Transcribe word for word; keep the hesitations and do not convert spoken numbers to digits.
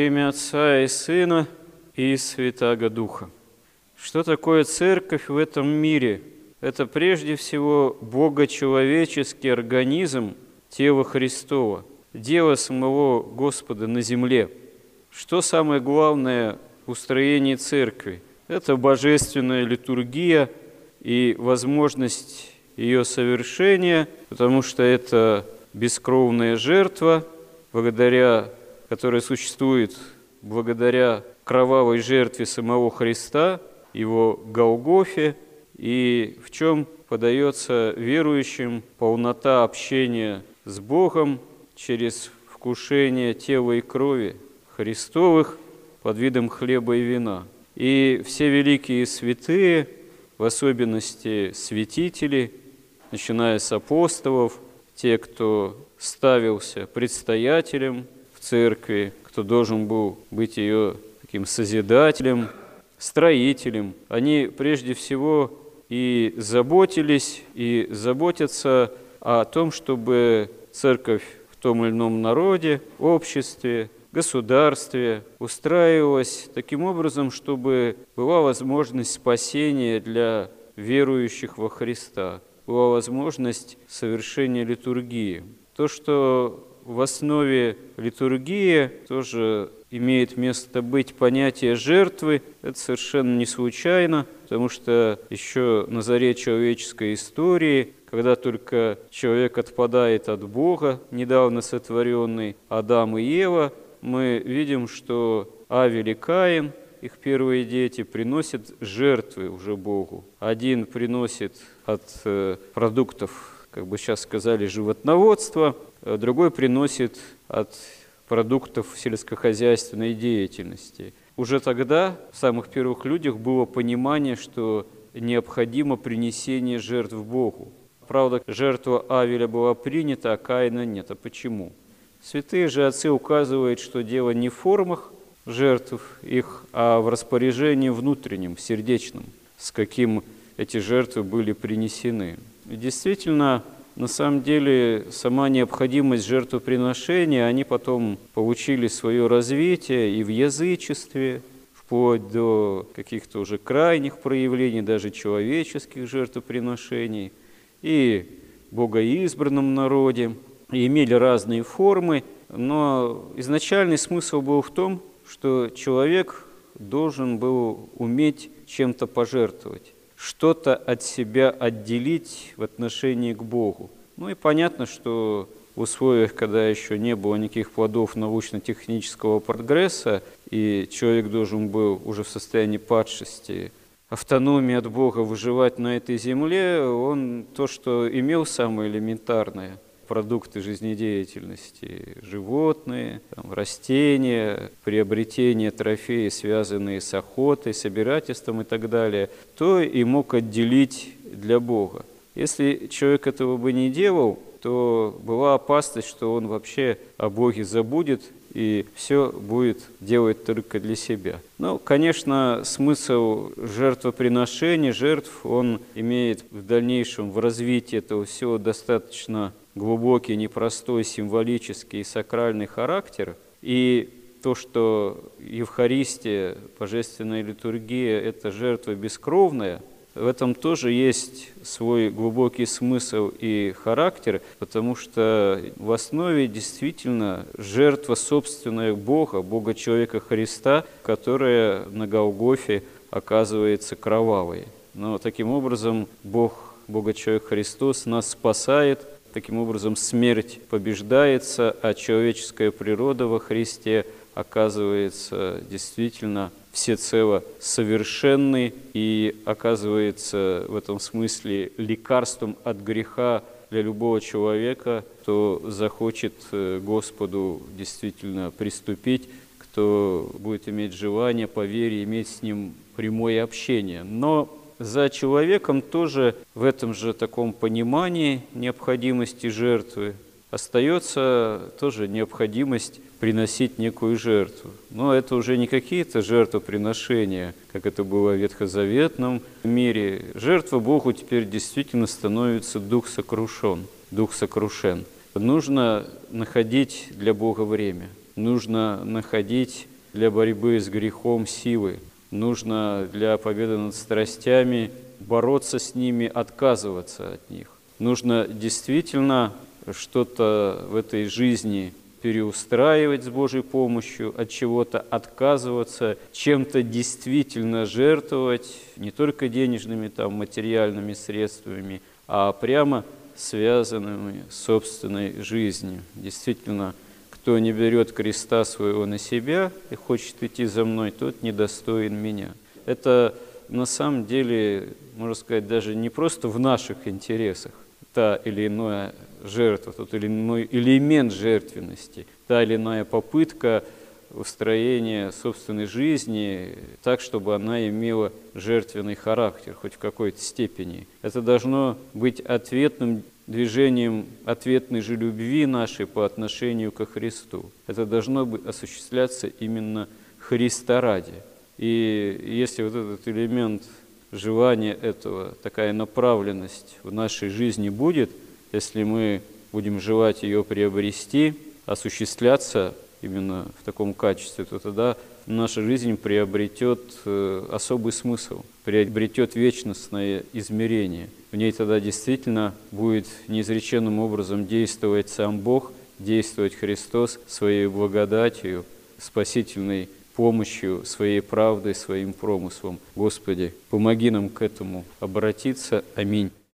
имя Отца и Сына и Святаго Духа. Что такое церковь в этом мире? Это прежде всего богочеловеческий организм тела Христова, дело самого Господа на земле. Что самое главное в устроении церкви? Это божественная литургия и возможность ее совершения, потому что это бескровная жертва, благодаря которой существует благодаря кровавой жертве самого Христа, его Голгофе, и в чем подается верующим полнота общения с Богом через вкушение тела и крови Христовых под видом хлеба и вина. И все великие святые, в особенности святители, начиная с апостолов, те, кто ставился предстоятелем в церкви, кто должен был быть ее таким созидателем, строителем, они прежде всего и заботились, и заботятся о том, чтобы церковь в том или ином народе, обществе, государстве устраивалась таким образом, чтобы была возможность спасения для верующих во Христа, была возможность совершения литургии. То, что в основе литургии тоже имеет место быть понятие жертвы, это совершенно не случайно, потому что еще на заре человеческой истории, когда только человек отпадает от Бога, недавно сотворенный Адам и Ева, мы видим, что Авель и Каин, их первые дети, приносят жертвы уже Богу. Один приносит от э, продуктов, как бы сейчас сказали, животноводства, а другой приносит от продуктов сельскохозяйственной деятельности. Уже тогда в самых первых людях было понимание, что необходимо принесение жертв Богу. Правда, жертва Авеля была принята, а Каина нет. А почему? Святые же отцы указывают, что дело не в формах жертв их, а в распоряжении внутреннем, сердечном, с каким эти жертвы были принесены. И действительно, на самом деле, сама необходимость жертвоприношения, они потом получили свое развитие и в язычестве, вплоть до каких-то уже крайних проявлений, даже человеческих жертвоприношений, и в богоизбранном народе, и имели разные формы, но изначальный смысл был в том, что человек должен был уметь чем-то пожертвовать, что-то от себя отделить в отношении к Богу. Ну и понятно, что в условиях, когда еще не было никаких плодов научно-технического прогресса, и человек должен был уже в состоянии падшести, автономии от Бога выживать на этой земле, он то, что имел самое элементарное, продукты жизнедеятельности, животные, там, растения, приобретение трофеев, связанные с охотой, собирательством и так далее, то и мог отделить для Бога. Если человек этого бы не делал, то была опасность, что он вообще о Боге забудет и все будет делать только для себя. Ну, конечно, смысл жертвоприношения, жертв, он имеет в дальнейшем в развитии этого всего достаточно глубокий, непростой, символический и сакральный характер. И то, что Евхаристия, божественная литургия – это жертва бескровная, в этом тоже есть свой глубокий смысл и характер, потому что в основе действительно жертва собственная Бога, Бога-человека Христа, которая на Голгофе оказывается кровавой. Но таким образом Бог, Бога-человек Христос, нас спасает, таким образом смерть побеждается, а человеческая природа во Христе оказывается действительно всецело совершенный и оказывается в этом смысле лекарством от греха для любого человека, кто захочет Господу действительно приступить, кто будет иметь желание по вере иметь с Ним прямое общение. Но за человеком тоже в этом же таком понимании необходимости жертвы остается тоже необходимость приносить некую жертву. Но это уже не какие-то жертвоприношения, как это было в ветхозаветном мире. Жертва Богу теперь действительно становится дух сокрушен, дух сокрушен. Нужно находить для Бога время, нужно находить для борьбы с грехом силы. Нужно для победы над страстями бороться с ними, отказываться от них. Нужно действительно что-то в этой жизни переустраивать с Божьей помощью, от чего-то отказываться, чем-то действительно жертвовать, не только денежными, там, материальными средствами, а прямо связанными с собственной жизнью. Действительно, кто не берет креста своего на себя и хочет идти за мной, тот недостоин меня. Это на самом деле, можно сказать, даже не просто в наших интересах, та или иная жертва, тот или иной элемент жертвенности, та или иная попытка устроения собственной жизни так, чтобы она имела жертвенный характер, хоть в какой-то степени. Это должно быть ответным движением ответной же любви нашей по отношению ко Христу. Это должно быть осуществляться именно Христа ради. И если вот этот элемент желания этого, такая направленность в нашей жизни будет, если мы будем желать ее приобрести, осуществляться именно в таком качестве, то тогда наша жизнь приобретет особый смысл, приобретет вечностное измерение. В ней тогда действительно будет неизреченным образом действовать сам Бог, действовать Христос своей благодатью, спасительной помощью, своей правдой, своим промыслом. Господи, помоги нам к этому обратиться. Аминь.